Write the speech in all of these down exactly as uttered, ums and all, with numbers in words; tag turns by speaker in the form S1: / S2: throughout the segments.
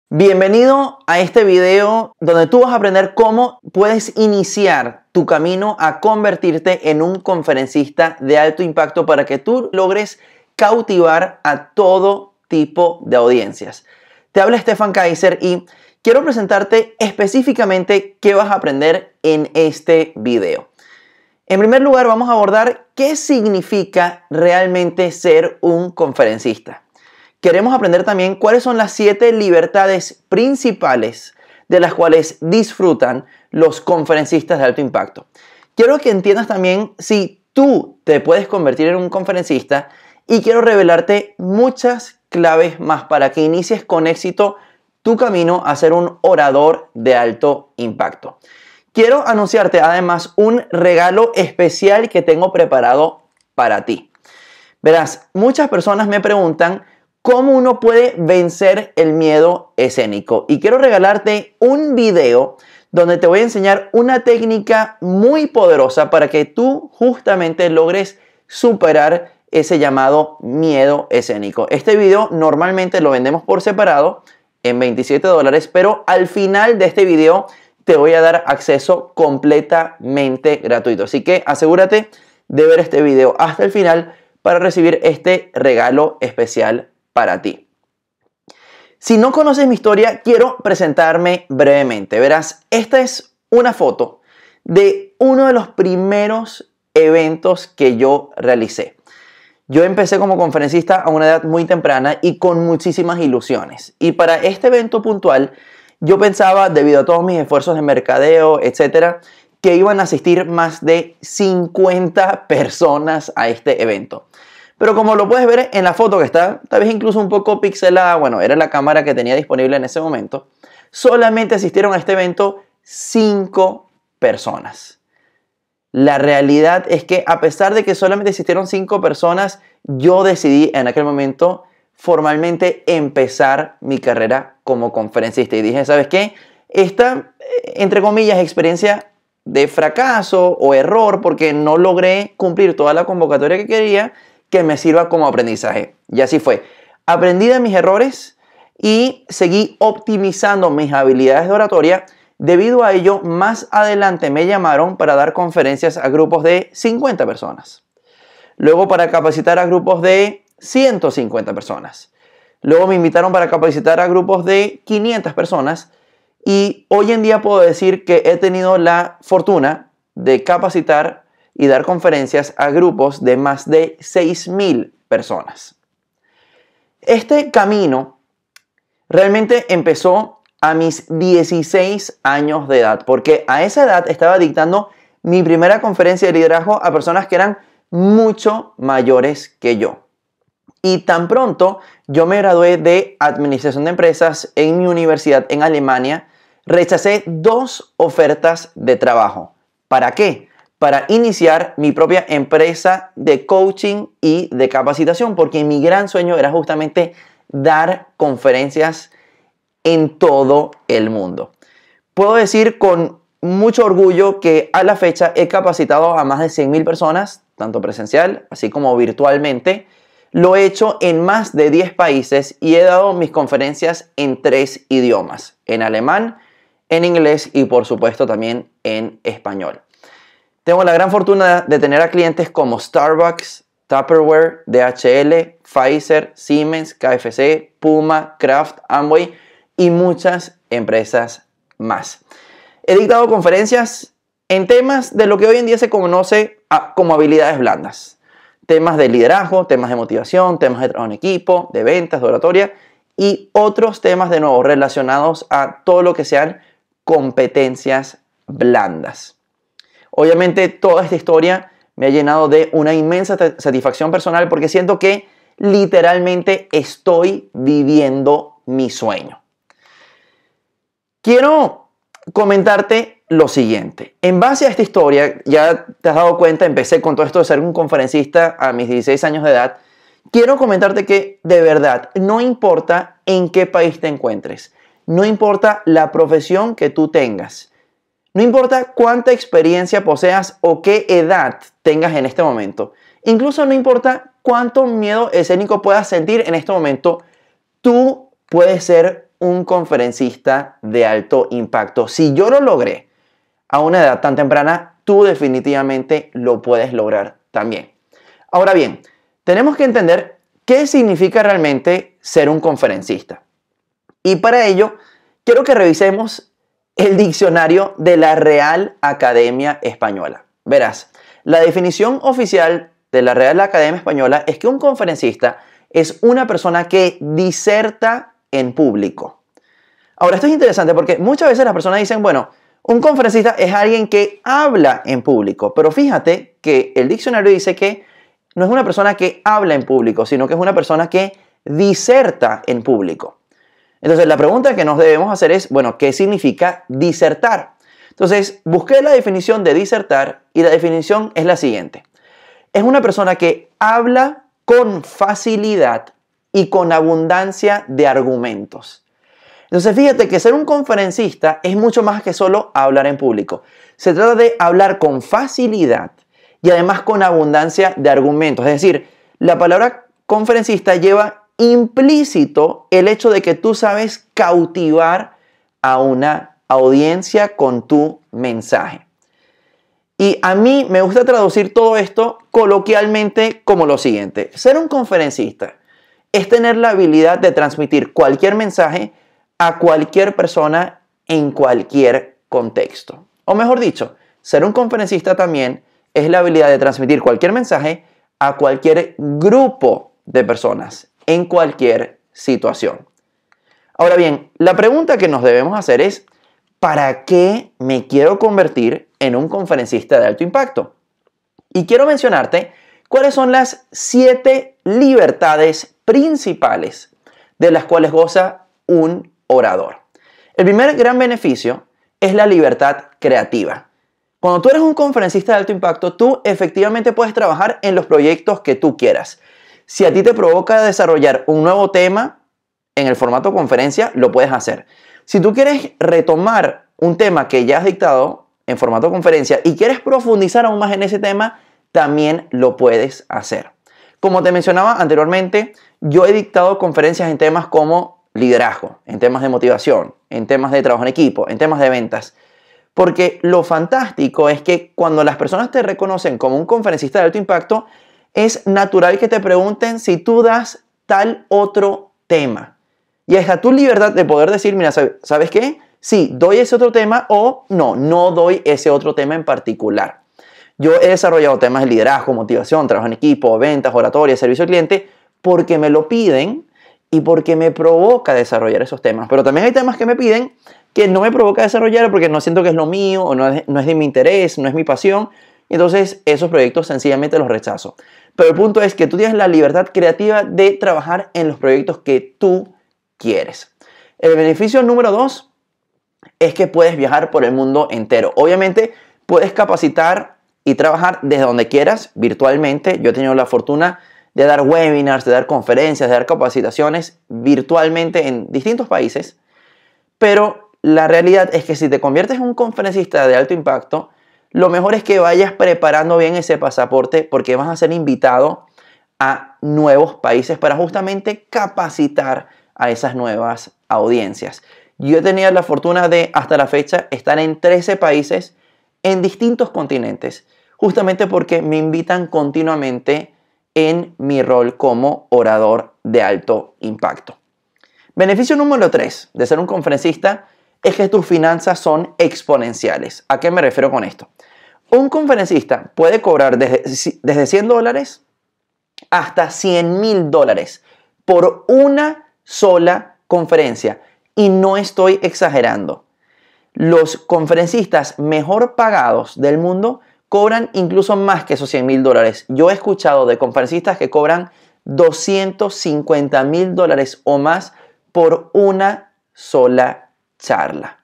S1: Bienvenido a este video donde tú vas a aprender cómo puedes iniciar tu camino a convertirte en un conferencista de alto impacto para que tú logres cautivar a todo tipo de audiencias. Te habla Stefan Kaiser y quiero presentarte específicamente qué vas a aprender en este video. En primer lugar, vamos a abordar qué significa realmente ser un conferencista. Queremos aprender también cuáles son las siete libertades principales de las cuales disfrutan los conferencistas de alto impacto. Quiero que entiendas también si tú te puedes convertir en un conferencista y quiero revelarte muchas claves más para que inicies con éxito tu camino a ser un orador de alto impacto. Quiero anunciarte además un regalo especial que tengo preparado para ti. Verás, muchas personas me preguntan cómo uno puede vencer el miedo escénico. Y quiero regalarte un video donde te voy a enseñar una técnica muy poderosa para que tú justamente logres superar ese llamado miedo escénico. Este video normalmente lo vendemos por separado en veintisiete dólares, pero al final de este video te voy a dar acceso completamente gratuito. Así que asegúrate de ver este video hasta el final para recibir este regalo especial para ti. Si no conoces mi historia, quiero presentarme brevemente. Verás, esta es una foto de uno de los primeros eventos que yo realicé. Yo empecé como conferencista a una edad muy temprana y con muchísimas ilusiones. Y para este evento puntual, yo pensaba, debido a todos mis esfuerzos de mercadeo, etcétera, que iban a asistir más de cincuenta personas a este evento. Pero como lo puedes ver en la foto que está, tal vez incluso un poco pixelada, bueno, era la cámara que tenía disponible en ese momento, solamente asistieron a este evento cinco personas. La realidad es que a pesar de que solamente asistieron cinco personas, yo decidí en aquel momento formalmente empezar mi carrera como conferencista. Y dije, ¿sabes qué? Esta, entre comillas, experiencia de fracaso o error porque no logré cumplir toda la convocatoria que quería, que me sirva como aprendizaje. Y así fue. Aprendí de mis errores y seguí optimizando mis habilidades de oratoria. Debido a ello, más adelante me llamaron para dar conferencias a grupos de cincuenta personas. Luego para capacitar a grupos de ciento cincuenta personas. Luego me invitaron para capacitar a grupos de quinientas personas. Y hoy en día puedo decir que he tenido la fortuna de capacitar y dar conferencias a grupos de más de seis mil personas. Este camino realmente empezó a mis dieciséis años de edad, porque a esa edad estaba dictando mi primera conferencia de liderazgo a personas que eran mucho mayores que yo. Y tan pronto yo me gradué de Administración de Empresas en mi universidad en Alemania, rechacé dos ofertas de trabajo. ¿Para qué? Para iniciar mi propia empresa de coaching y de capacitación, porque mi gran sueño era justamente dar conferencias en todo el mundo. Puedo decir con mucho orgullo que a la fecha he capacitado a más de cien mil personas, tanto presencial así como virtualmente. Lo he hecho en más de diez países y he dado mis conferencias en tres idiomas, en alemán, en inglés y por supuesto también en español. Tengo la gran fortuna de tener a clientes como Starbucks, Tupperware, D H L, Pfizer, Siemens, K F C, Puma, Kraft, Amway y muchas empresas más. He dictado conferencias en temas de lo que hoy en día se conoce como habilidades blandas. Temas de liderazgo, temas de motivación, temas de trabajo en equipo, de ventas, de oratoria y otros temas de nuevo relacionados a todo lo que sean competencias blandas. Obviamente toda esta historia me ha llenado de una inmensa satisfacción personal porque siento que literalmente estoy viviendo mi sueño. Quiero comentarte lo siguiente. En base a esta historia, ya te has dado cuenta, empecé con todo esto de ser un conferencista a mis dieciséis años de edad. Quiero comentarte que de verdad no importa en qué país te encuentres, no importa la profesión que tú tengas, no importa cuánta experiencia poseas o qué edad tengas en este momento. Incluso no importa cuánto miedo escénico puedas sentir en este momento. Tú puedes ser un conferencista de alto impacto. Si yo lo logré a una edad tan temprana, tú definitivamente lo puedes lograr también. Ahora bien, tenemos que entender qué significa realmente ser un conferencista. Y para ello, quiero que revisemos el diccionario de la Real Academia Española. Verás, la definición oficial de la Real Academia Española es que un conferencista es una persona que diserta en público. Ahora, esto es interesante porque muchas veces las personas dicen, bueno, un conferencista es alguien que habla en público, pero fíjate que el diccionario dice que no es una persona que habla en público, sino que es una persona que diserta en público. Entonces, la pregunta que nos debemos hacer es, bueno, ¿qué significa disertar? Entonces, busqué la definición de disertar y la definición es la siguiente. Es una persona que habla con facilidad y con abundancia de argumentos. Entonces, fíjate que ser un conferencista es mucho más que solo hablar en público. Se trata de hablar con facilidad y además con abundancia de argumentos. Es decir, la palabra conferencista lleva implícito el hecho de que tú sabes cautivar a una audiencia con tu mensaje. Y a mí me gusta traducir todo esto coloquialmente como lo siguiente. Ser un conferencista es tener la habilidad de transmitir cualquier mensaje a cualquier persona en cualquier contexto. O mejor dicho, ser un conferencista también es la habilidad de transmitir cualquier mensaje a cualquier grupo de personas en cualquier situación. Ahora bien, la pregunta que nos debemos hacer es, ¿para qué me quiero convertir en un conferencista de alto impacto? Y quiero mencionarte cuáles son las siete libertades principales de las cuales goza un orador. El primer gran beneficio es la libertad creativa. Cuando tú eres un conferencista de alto impacto, tú efectivamente puedes trabajar en los proyectos que tú quieras. Si a ti te provoca desarrollar un nuevo tema en el formato conferencia, lo puedes hacer. Si tú quieres retomar un tema que ya has dictado en formato conferencia y quieres profundizar aún más en ese tema, también lo puedes hacer. Como te mencionaba anteriormente, yo he dictado conferencias en temas como liderazgo, en temas de motivación, en temas de trabajo en equipo, en temas de ventas. Porque lo fantástico es que cuando las personas te reconocen como un conferencista de alto impacto, es natural que te pregunten si tú das tal otro tema. Y es a tu libertad de poder decir, mira, ¿sabes qué? Sí, doy ese otro tema o no, no doy ese otro tema en particular. Yo he desarrollado temas de liderazgo, motivación, trabajo en equipo, ventas, oratoria, servicio al cliente, porque me lo piden y porque me provoca desarrollar esos temas. Pero también hay temas que me piden que no me provoca desarrollar porque no siento que es lo mío o no es, no es de mi interés, no es mi pasión. Entonces, esos proyectos sencillamente los rechazo. Pero el punto es que tú tienes la libertad creativa de trabajar en los proyectos que tú quieres. El beneficio número dos es que puedes viajar por el mundo entero. Obviamente, puedes capacitar y trabajar desde donde quieras, virtualmente. Yo he tenido la fortuna de dar webinars, de dar conferencias, de dar capacitaciones virtualmente en distintos países. Pero la realidad es que si te conviertes en un conferencista de alto impacto, lo mejor es que vayas preparando bien ese pasaporte porque vas a ser invitado a nuevos países para justamente capacitar a esas nuevas audiencias. Yo he tenido la fortuna de, hasta la fecha, estar en trece países en distintos continentes, justamente porque me invitan continuamente en mi rol como orador de alto impacto. Beneficio número tres de ser un conferencista es que tus finanzas son exponenciales. ¿A qué me refiero con esto? Un conferencista puede cobrar desde, desde cien dólares hasta cien mil dólares por una sola conferencia. Y no estoy exagerando. Los conferencistas mejor pagados del mundo cobran incluso más que esos cien mil dólares. Yo he escuchado de conferencistas que cobran doscientos cincuenta mil dólares o más por una sola charla.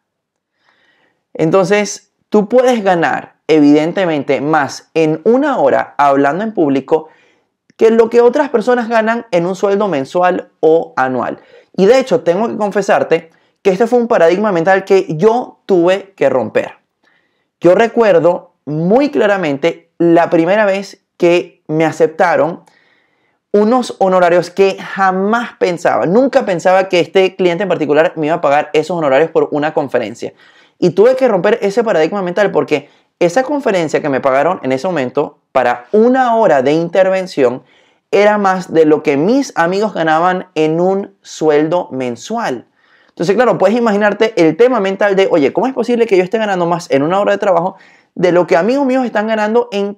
S1: Entonces, tú puedes ganar evidentemente más en una hora hablando en público que lo que otras personas ganan en un sueldo mensual o anual. Y de hecho, tengo que confesarte que este fue un paradigma mental que yo tuve que romper. Yo recuerdo muy claramente la primera vez que me aceptaron unos honorarios que jamás pensaba, nunca pensaba que este cliente en particular me iba a pagar esos honorarios por una conferencia. Y tuve que romper ese paradigma mental porque esa conferencia que me pagaron en ese momento para una hora de intervención era más de lo que mis amigos ganaban en un sueldo mensual. Entonces, claro, puedes imaginarte el tema mental de, oye, ¿cómo es posible que yo esté ganando más en una hora de trabajo de lo que amigos míos están ganando en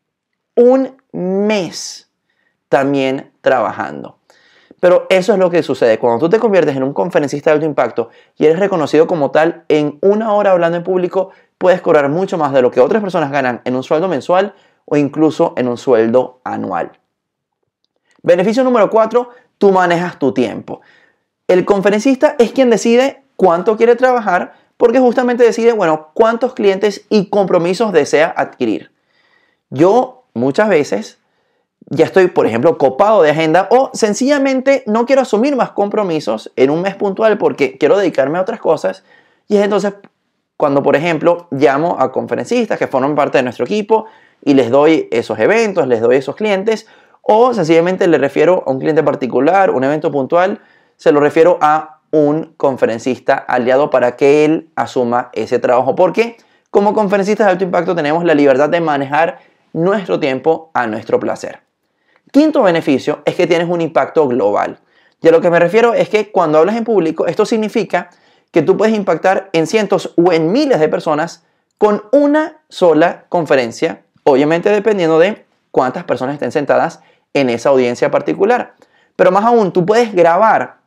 S1: un mes también trabajando? Pero eso es lo que sucede. Cuando tú te conviertes en un conferencista de alto impacto y eres reconocido como tal, en una hora hablando en público, puedes cobrar mucho más de lo que otras personas ganan en un sueldo mensual o incluso en un sueldo anual. Beneficio número cuatro, tú manejas tu tiempo. El conferencista es quien decide cuánto quiere trabajar porque justamente decide, bueno, cuántos clientes y compromisos desea adquirir. Yo muchas veces ya estoy, por ejemplo, copado de agenda o sencillamente no quiero asumir más compromisos en un mes puntual porque quiero dedicarme a otras cosas. Y es entonces cuando, por ejemplo, llamo a conferencistas que forman parte de nuestro equipo y les doy esos eventos, les doy esos clientes, o sencillamente le refiero a un cliente particular, un evento puntual, se lo refiero a un conferencista aliado para que él asuma ese trabajo. Porque como conferencistas de alto impacto tenemos la libertad de manejar nuestro tiempo a nuestro placer. Quinto beneficio es que tienes un impacto global. Y a lo que me refiero es que cuando hablas en público, esto significa que tú puedes impactar en cientos o en miles de personas con una sola conferencia, obviamente dependiendo de cuántas personas estén sentadas en esa audiencia particular. Pero más aún, tú puedes grabar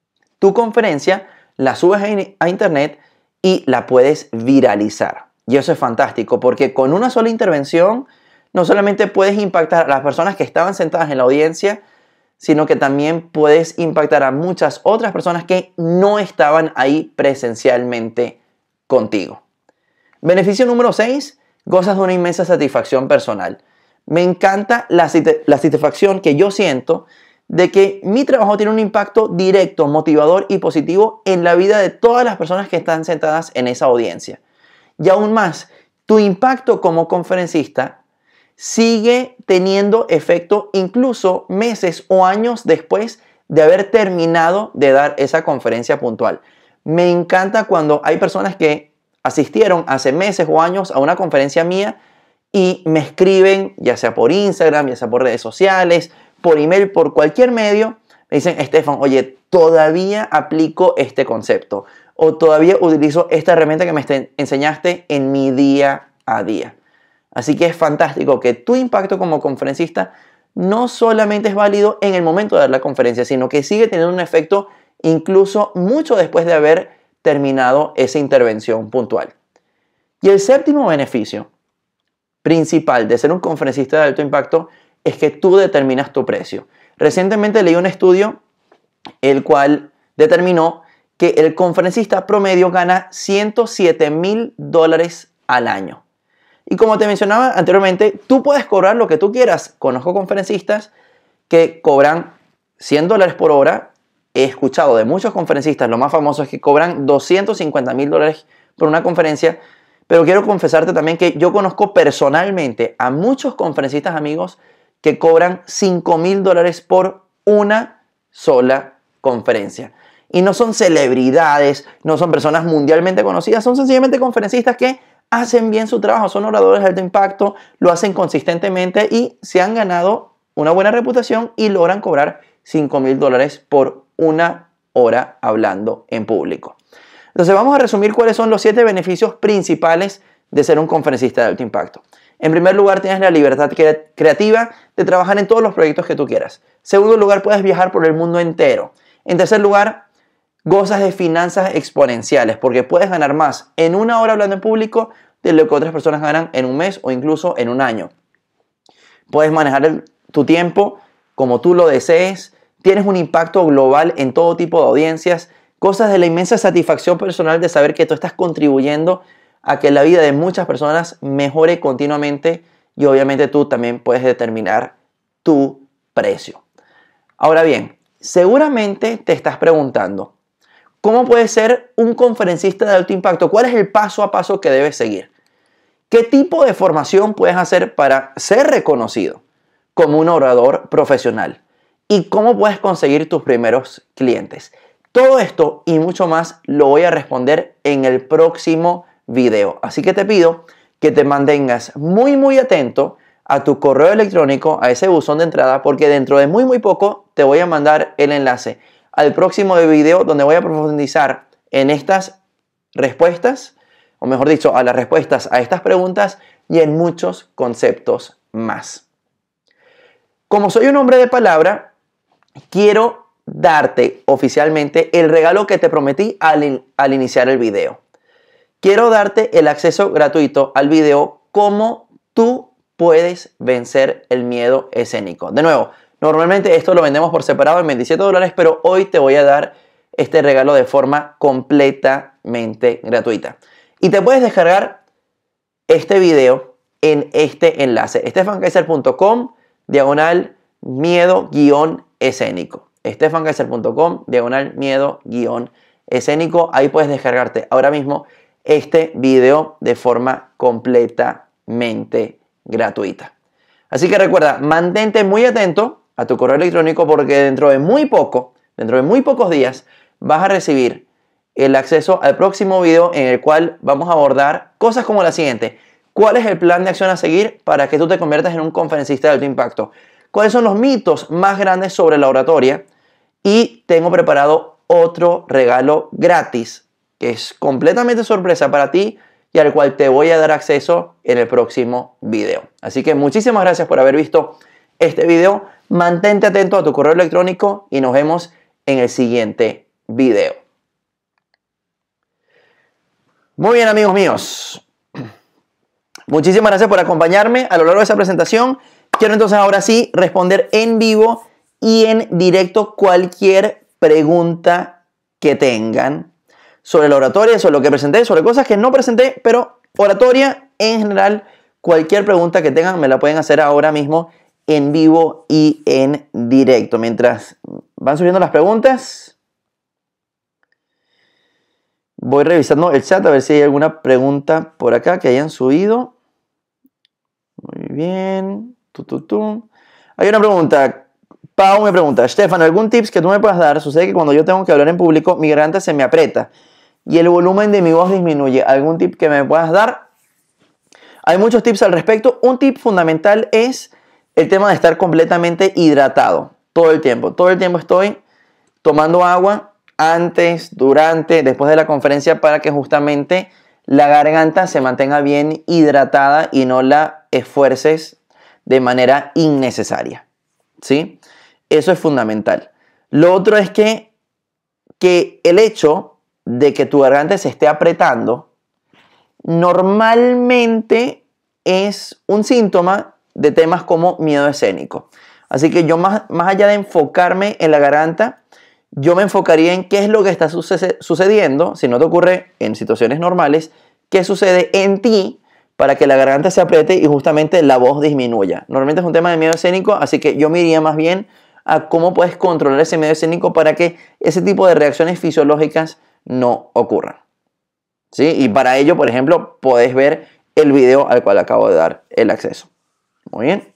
S1: tu conferencia, la subes a internet y la puedes viralizar. Y eso es fantástico porque con una sola intervención no solamente puedes impactar a las personas que estaban sentadas en la audiencia, sino que también puedes impactar a muchas otras personas que no estaban ahí presencialmente contigo. Beneficio número seis, gozas de una inmensa satisfacción personal. Me encanta la, la satisfacción que yo siento de que mi trabajo tiene un impacto directo, motivador y positivo en la vida de todas las personas que están sentadas en esa audiencia. Y aún más, tu impacto como conferencista sigue teniendo efecto incluso meses o años después de haber terminado de dar esa conferencia puntual. Me encanta cuando hay personas que asistieron hace meses o años a una conferencia mía y me escriben, ya sea por Instagram, ya sea por redes sociales, por email, por cualquier medio, me dicen, Estefan, oye, todavía aplico este concepto o todavía utilizo esta herramienta que me enseñaste en mi día a día. Así que es fantástico que tu impacto como conferencista no solamente es válido en el momento de dar la conferencia, sino que sigue teniendo un efecto incluso mucho después de haber terminado esa intervención puntual. Y el séptimo beneficio principal de ser un conferencista de alto impacto es que tú determinas tu precio. Recientemente leí un estudio el cual determinó que el conferencista promedio gana ciento siete mil dólares al año. Y como te mencionaba anteriormente, tú puedes cobrar lo que tú quieras. Conozco conferencistas que cobran cien dólares por hora. He escuchado de muchos conferencistas, lo más famoso es que cobran doscientos cincuenta mil dólares por una conferencia. Pero quiero confesarte también que yo conozco personalmente a muchos conferencistas amigos que cobran cinco mil dólares por una sola conferencia. Y no son celebridades, no son personas mundialmente conocidas, son sencillamente conferencistas que hacen bien su trabajo, son oradores de alto impacto, lo hacen consistentemente y se han ganado una buena reputación y logran cobrar cinco mil dólares por una hora hablando en público. Entonces vamos a resumir cuáles son los siete beneficios principales de ser un conferencista de alto impacto. En primer lugar, tienes la libertad creativa de trabajar en todos los proyectos que tú quieras. En segundo lugar, puedes viajar por el mundo entero. En tercer lugar, gozas de finanzas exponenciales porque puedes ganar más en una hora hablando en público de lo que otras personas ganan en un mes o incluso en un año. Puedes manejar el, tu tiempo como tú lo desees. Tienes un impacto global en todo tipo de audiencias. Cosas de la inmensa satisfacción personal de saber que tú estás contribuyendo a que la vida de muchas personas mejore continuamente y obviamente tú también puedes determinar tu precio. Ahora bien, seguramente te estás preguntando, ¿cómo puedes ser un conferencista de alto impacto? ¿Cuál es el paso a paso que debes seguir? ¿Qué tipo de formación puedes hacer para ser reconocido como un orador profesional? y cómo puedes conseguir tus primeros clientes. Todo esto y mucho más lo voy a responder en el próximo video. Así que te pido que te mantengas muy muy atento a tu correo electrónico, a ese buzón de entrada, porque dentro de muy muy poco te voy a mandar el enlace al próximo video donde voy a profundizar en estas respuestas, o mejor dicho, a las respuestas a estas preguntas y en muchos conceptos más. Como soy un hombre de palabra, quiero darte oficialmente el regalo que te prometí al, in al iniciar el video. Quiero darte el acceso gratuito al video cómo tú puedes vencer el miedo escénico. De nuevo, normalmente esto lo vendemos por separado en veintisiete dólares, pero hoy te voy a dar este regalo de forma completamente gratuita. Y te puedes descargar este video en este enlace, estefankaiser.com diagonal miedo guión escénico. estefankaiser.com diagonal miedo guión escénico. Ahí puedes descargarte ahora mismo este video de forma completamente gratuita. Así que recuerda, mantente muy atento a tu correo electrónico porque dentro de muy poco, dentro de muy pocos días, vas a recibir el acceso al próximo video en el cual vamos a abordar cosas como la siguiente. ¿Cuál es el plan de acción a seguir para que tú te conviertas en un conferencista de alto impacto? ¿Cuáles son los mitos más grandes sobre la oratoria? Y tengo preparado otro regalo gratis que es completamente sorpresa para ti y al cual te voy a dar acceso en el próximo video. Así que muchísimas gracias por haber visto este video. Mantente atento a tu correo electrónico y nos vemos en el siguiente video. Muy bien, amigos míos. Muchísimas gracias por acompañarme a lo largo de esa presentación. Quiero entonces ahora sí responder en vivo y en directo cualquier pregunta que tengan sobre la oratoria, sobre lo que presenté, sobre cosas que no presenté, pero oratoria en general, cualquier pregunta que tengan me la pueden hacer ahora mismo en vivo y en directo. Mientras van subiendo las preguntas, voy revisando el chat a ver si hay alguna pregunta por acá que hayan subido. Muy bien. Tu, tu, tu. Hay una pregunta. Pau me pregunta, Stefan, ¿algún tips que tú me puedas dar? Sucede que cuando yo tengo que hablar en público, mi garganta se me aprieta y el volumen de mi voz disminuye. ¿Algún tip que me puedas dar? Hay muchos tips al respecto. Un tip fundamental es el tema de estar completamente hidratado todo el tiempo. Todo el tiempo estoy tomando agua antes, durante, después de la conferencia para que justamente la garganta se mantenga bien hidratada y no la esfuerces de manera innecesaria. ¿Sí? Eso es fundamental. Lo otro es que, que el hecho de que tu garganta se esté apretando normalmente es un síntoma de temas como miedo escénico. Así que yo más, más allá de enfocarme en la garganta, yo me enfocaría en qué es lo que está suce- sucediendo, si no te ocurre en situaciones normales, qué sucede en ti para que la garganta se apriete y justamente la voz disminuya. Normalmente es un tema de miedo escénico, así que yo me iría más bien a cómo puedes controlar ese miedo escénico para que ese tipo de reacciones fisiológicas no ocurran. ¿Sí? Y para ello, por ejemplo, puedes ver el video al cual acabo de dar el acceso. Muy bien.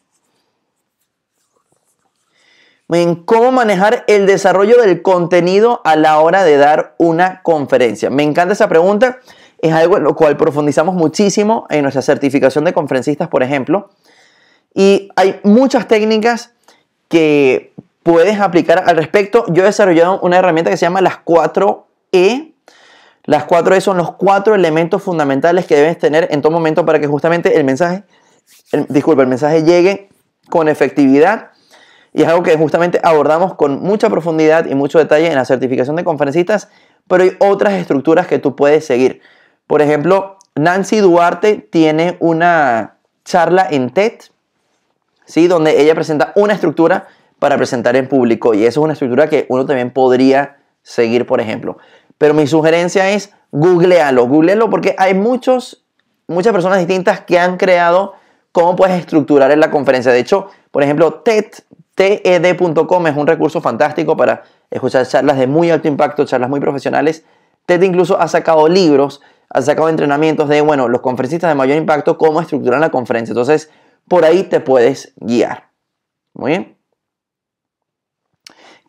S1: Muy bien. ¿Cómo manejar el desarrollo del contenido a la hora de dar una conferencia? Me encanta esa pregunta. Es algo en lo cual profundizamos muchísimo en nuestra certificación de conferencistas, por ejemplo. Y hay muchas técnicas que puedes aplicar al respecto. Yo he desarrollado una herramienta que se llama las cuatro E. Las cuatro E son los cuatro elementos fundamentales que debes tener en todo momento para que justamente el mensaje, el, disculpa, el mensaje llegue con efectividad. Y es algo que justamente abordamos con mucha profundidad y mucho detalle en la certificación de conferencistas, pero hay otras estructuras que tú puedes seguir. Por ejemplo, Nancy Duarte tiene una charla en TED, ¿sí? Donde ella presenta una estructura para presentar en público y eso es una estructura que uno también podría seguir, por ejemplo. Pero mi sugerencia es googlealo, googlealo porque hay muchos, muchas personas distintas que han creado cómo puedes estructurar en la conferencia. De hecho, por ejemplo, TED, T E D punto com es un recurso fantástico para escuchar charlas de muy alto impacto, charlas muy profesionales. TED incluso ha sacado libros, ha sacado entrenamientos de, bueno, los conferencistas de mayor impacto, cómo estructurar la conferencia. Entonces, por ahí te puedes guiar. Muy bien.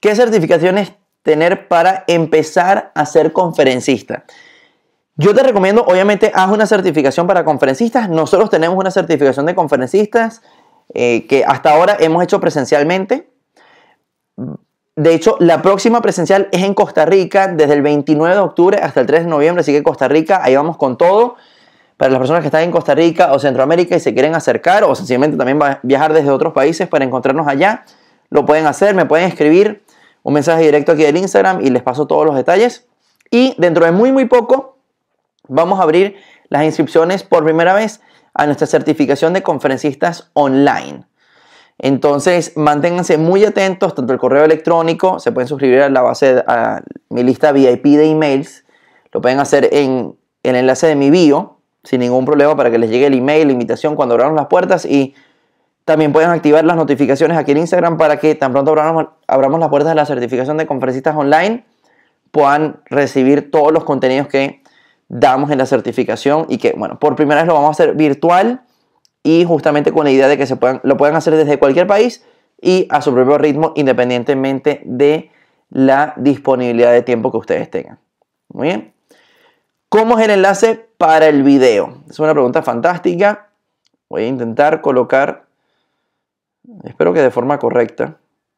S1: ¿Qué certificaciones tener para empezar a ser conferencista? Yo te recomiendo, obviamente, haz una certificación para conferencistas. Nosotros tenemos una certificación de conferencistas eh, que hasta ahora hemos hecho presencialmente. De hecho, la próxima presencial es en Costa Rica desde el veintinueve de octubre hasta el tres de noviembre. Así que Costa Rica, ahí vamos con todo. Para las personas que están en Costa Rica o Centroamérica y se quieren acercar o sencillamente también viajar desde otros países para encontrarnos allá, lo pueden hacer. Me pueden escribir un mensaje directo aquí del Instagram y les paso todos los detalles. Y dentro de muy, muy poco vamos a abrir las inscripciones por primera vez a nuestra certificación de conferencistas online. Entonces, manténganse muy atentos, tanto el correo electrónico, se pueden suscribir a la base, a mi lista V I P de emails, lo pueden hacer en el enlace de mi bio, sin ningún problema, para que les llegue el email, la invitación cuando abramos las puertas, y también pueden activar las notificaciones aquí en Instagram para que tan pronto abramos, abramos las puertas de la certificación de conferencistas online, puedan recibir todos los contenidos que damos en la certificación y que, bueno, por primera vez lo vamos a hacer virtual y justamente con la idea de que se puedan, lo puedan hacer desde cualquier país y a su propio ritmo, independientemente de la disponibilidad de tiempo que ustedes tengan. Muy bien. ¿Cómo es el enlace para el video? Es una pregunta fantástica. Voy a intentar colocar, espero que de forma correcta.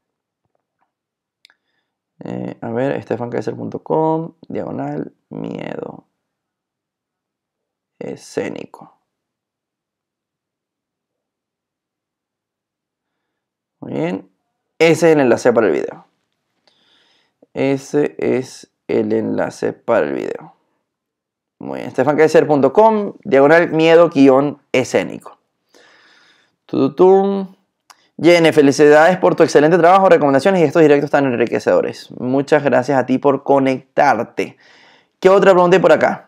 S1: Eh, a ver, estefan kaiser punto com, diagonal, miedo escénico. Muy bien. Ese es el enlace para el video. Ese es el enlace para el video. Muy bien, estefan kaiser punto com, diagonal miedo guión escénico. Tututum. Jenny, felicidades por tu excelente trabajo, recomendaciones y estos directos tan enriquecedores. Muchas gracias a ti por conectarte. ¿Qué otra pregunta hay por acá?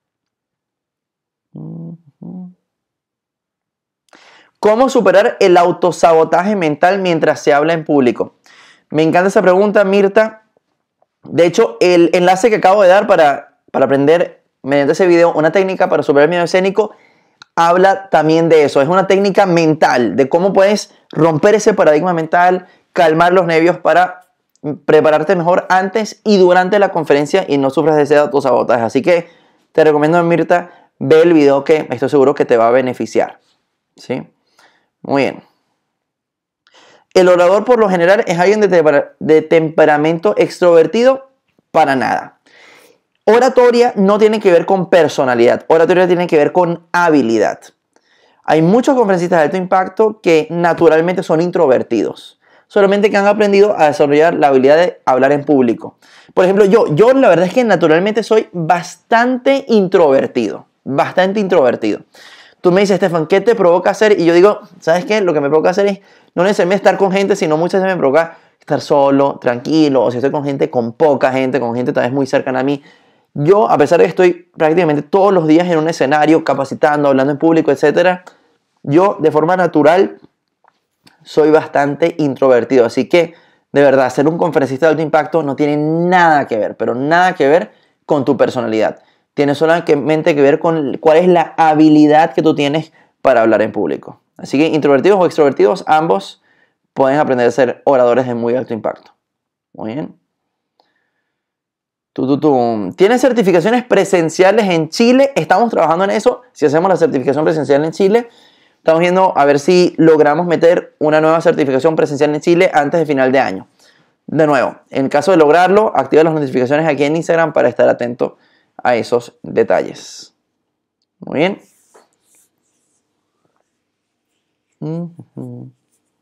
S1: ¿Cómo superar el autosabotaje mental mientras se habla en público? Me encanta esa pregunta, Mirta. De hecho, el enlace que acabo de dar para, para aprender mediante ese video una técnica para superar el miedo escénico habla también de eso. Es una técnica mental, de cómo puedes romper ese paradigma mental, calmar los nervios para prepararte mejor antes y durante la conferencia y no sufras de ese autosabotaje. Así que te recomiendo, Mirta, ve el video que estoy seguro que te va a beneficiar. ¿Sí? Muy bien. El orador por lo general es alguien de, temper de temperamento extrovertido, para nada. Oratoria no tiene que ver con personalidad, oratoria tiene que ver con habilidad. Hay muchos conferencistas de alto impacto que naturalmente son introvertidos, solamente que han aprendido a desarrollar la habilidad de hablar en público. Por ejemplo, yo, yo la verdad es que naturalmente soy bastante introvertido, bastante introvertido. Tú me dices, Estefan, ¿qué te provoca hacer? Y yo digo, ¿sabes qué? Lo que me provoca hacer es no necesariamente estar con gente, sino muchas veces me provoca estar solo, tranquilo, o si estoy con gente, con poca gente, con gente tal vez muy cercana a mí. Yo, a pesar de que estoy prácticamente todos los días en un escenario, capacitando, hablando en público, etcétera, yo de forma natural soy bastante introvertido. Así que, de verdad, ser un conferencista de alto impacto no tiene nada que ver, pero nada que ver con tu personalidad. Tiene solamente que ver con cuál es la habilidad que tú tienes para hablar en público. Así que introvertidos o extrovertidos, ambos pueden aprender a ser oradores de muy alto impacto. Muy bien. Tú, tú, tú. ¿Tienes certificaciones presenciales en Chile? Estamos trabajando en eso. Si hacemos la certificación presencial en Chile, estamos viendo a ver si logramos meter una nueva certificación presencial en Chile antes de final de año. De nuevo, en caso de lograrlo, activa las notificaciones aquí en Instagram para estar atento a esos detalles. Muy bien. Uh-huh.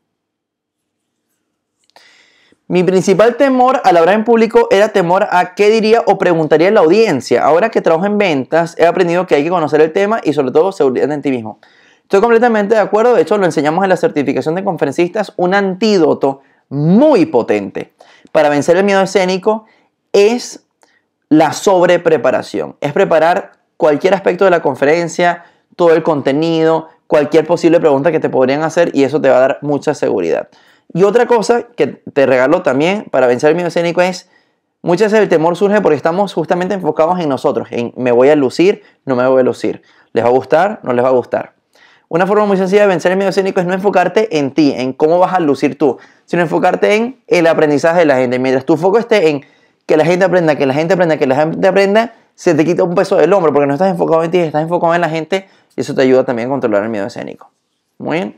S1: Mi principal temor al hablar en público era temor a qué diría o preguntaría la audiencia. Ahora que trabajo en ventas, he aprendido que hay que conocer el tema y sobre todo seguridad en ti mismo. Estoy completamente de acuerdo. De hecho, lo enseñamos en la certificación de conferencistas. Un antídoto muy potente para vencer el miedo escénico es la sobrepreparación. Es preparar cualquier aspecto de la conferencia, todo el contenido, cualquier posible pregunta que te podrían hacer, y eso te va a dar mucha seguridad. Y otra cosa que te regalo también para vencer el miedo escénico es, muchas veces el temor surge porque estamos justamente enfocados en nosotros, en me voy a lucir, no me voy a lucir, les va a gustar, no les va a gustar. Una forma muy sencilla de vencer el miedo escénico es no enfocarte en ti, en cómo vas a lucir tú, sino enfocarte en el aprendizaje de la gente. Mientras tu foco esté en que la gente aprenda, que la gente aprenda, que la gente aprenda, se te quita un peso del hombro porque no estás enfocado en ti, estás enfocado en la gente y eso te ayuda también a controlar el miedo escénico. Muy bien.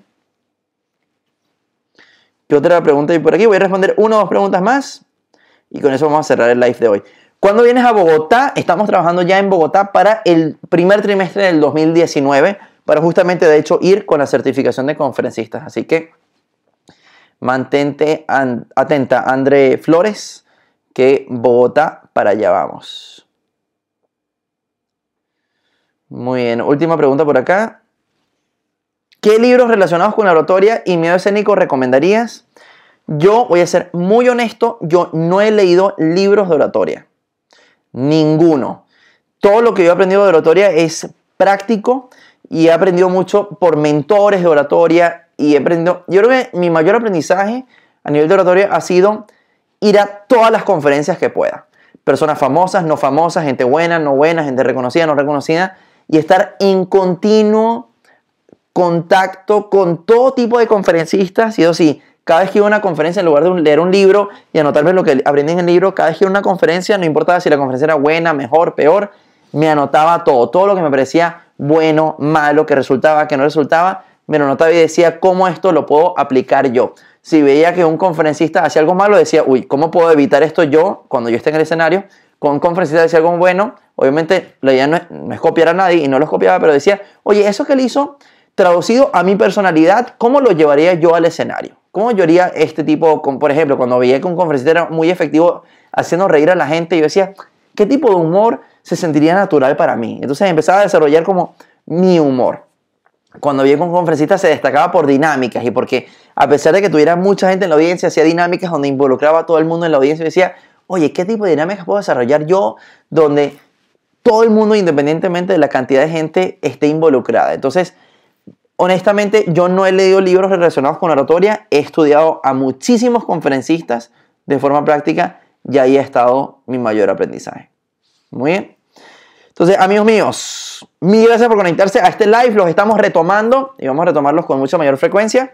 S1: ¿Qué otra pregunta hay por aquí? Voy a responder una o dos preguntas más y con eso vamos a cerrar el live de hoy. ¿Cuándo vienes a Bogotá? Estamos trabajando ya en Bogotá para el primer trimestre del dos mil diecinueve, para justamente, de hecho, ir con la certificación de conferencistas. Así que mantente atenta, André Flores, que Bogotá, para allá vamos. Muy bien, última pregunta por acá. ¿Qué libros relacionados con la oratoria y miedo escénico recomendarías? Yo voy a ser muy honesto, yo no he leído libros de oratoria. Ninguno. Todo lo que yo he aprendido de oratoria es práctico y he aprendido mucho por mentores de oratoria y he aprendido, yo creo que mi mayor aprendizaje a nivel de oratoria ha sido ir a todas las conferencias que pueda. Personas famosas, no famosas, gente buena, no buena, gente reconocida, no reconocida y estar en continuo contacto con todo tipo de conferencistas. Y eso sí, cada vez que iba a una conferencia, en lugar de leer un libro y anotarme lo que aprendí en el libro, cada vez que iba a una conferencia, no importaba si la conferencia era buena, mejor, peor, me anotaba todo. Todo lo que me parecía bueno, malo, que resultaba, que no resultaba, me lo anotaba y decía cómo esto lo puedo aplicar yo. Si veía que un conferencista hacía algo malo, decía, uy, ¿cómo puedo evitar esto yo cuando yo esté en el escenario? Con un conferencista decía algo bueno, obviamente la idea no es, no es copiar a nadie y no los copiaba, pero decía, oye, eso que él hizo, traducido a mi personalidad, ¿cómo lo llevaría yo al escenario? ¿Cómo yo haría este tipo, por ejemplo, cuando veía que un conferencista era muy efectivo haciendo reír a la gente, yo decía, ¿qué tipo de humor se sentiría natural para mí? Entonces empezaba a desarrollar como mi humor. Cuando veía que un conferencista se destacaba por dinámicas y porque a pesar de que tuviera mucha gente en la audiencia, hacía dinámicas donde involucraba a todo el mundo en la audiencia y decía, oye, ¿qué tipo de dinámicas puedo desarrollar yo donde todo el mundo, independientemente de la cantidad de gente, esté involucrada? Entonces, honestamente, yo no he leído libros relacionados con oratoria, he estudiado a muchísimos conferencistas de forma práctica y ahí ha estado mi mayor aprendizaje. Muy bien. Entonces, amigos míos, mil gracias por conectarse a este live. Los estamos retomando y vamos a retomarlos con mucha mayor frecuencia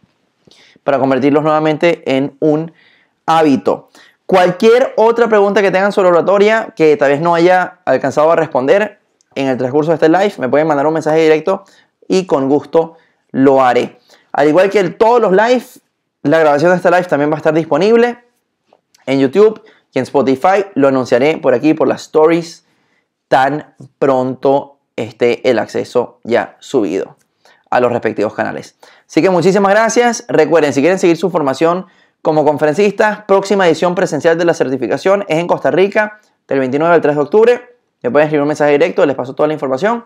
S1: para convertirlos nuevamente en un hábito. Cualquier otra pregunta que tengan sobre oratoria que tal vez no haya alcanzado a responder en el transcurso de este live, me pueden mandar un mensaje directo y con gusto lo haré. Al igual que en todos los live, la grabación de este live también va a estar disponible en YouTube y en Spotify. Lo anunciaré por aquí, por las stories, tan pronto esté el acceso ya subido a los respectivos canales. Así que muchísimas gracias. Recuerden, si quieren seguir su formación como conferencistas, próxima edición presencial de la certificación es en Costa Rica, del veintinueve al tres de octubre. Me pueden escribir un mensaje directo, les paso toda la información.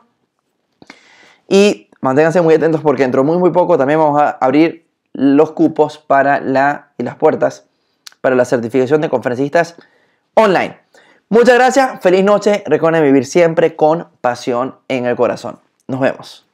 S1: Y manténganse muy atentos porque dentro de muy muy poco también vamos a abrir los cupos para la, y las puertas para la certificación de conferencistas online. Muchas gracias, feliz noche, recuerden vivir siempre con pasión en el corazón. Nos vemos.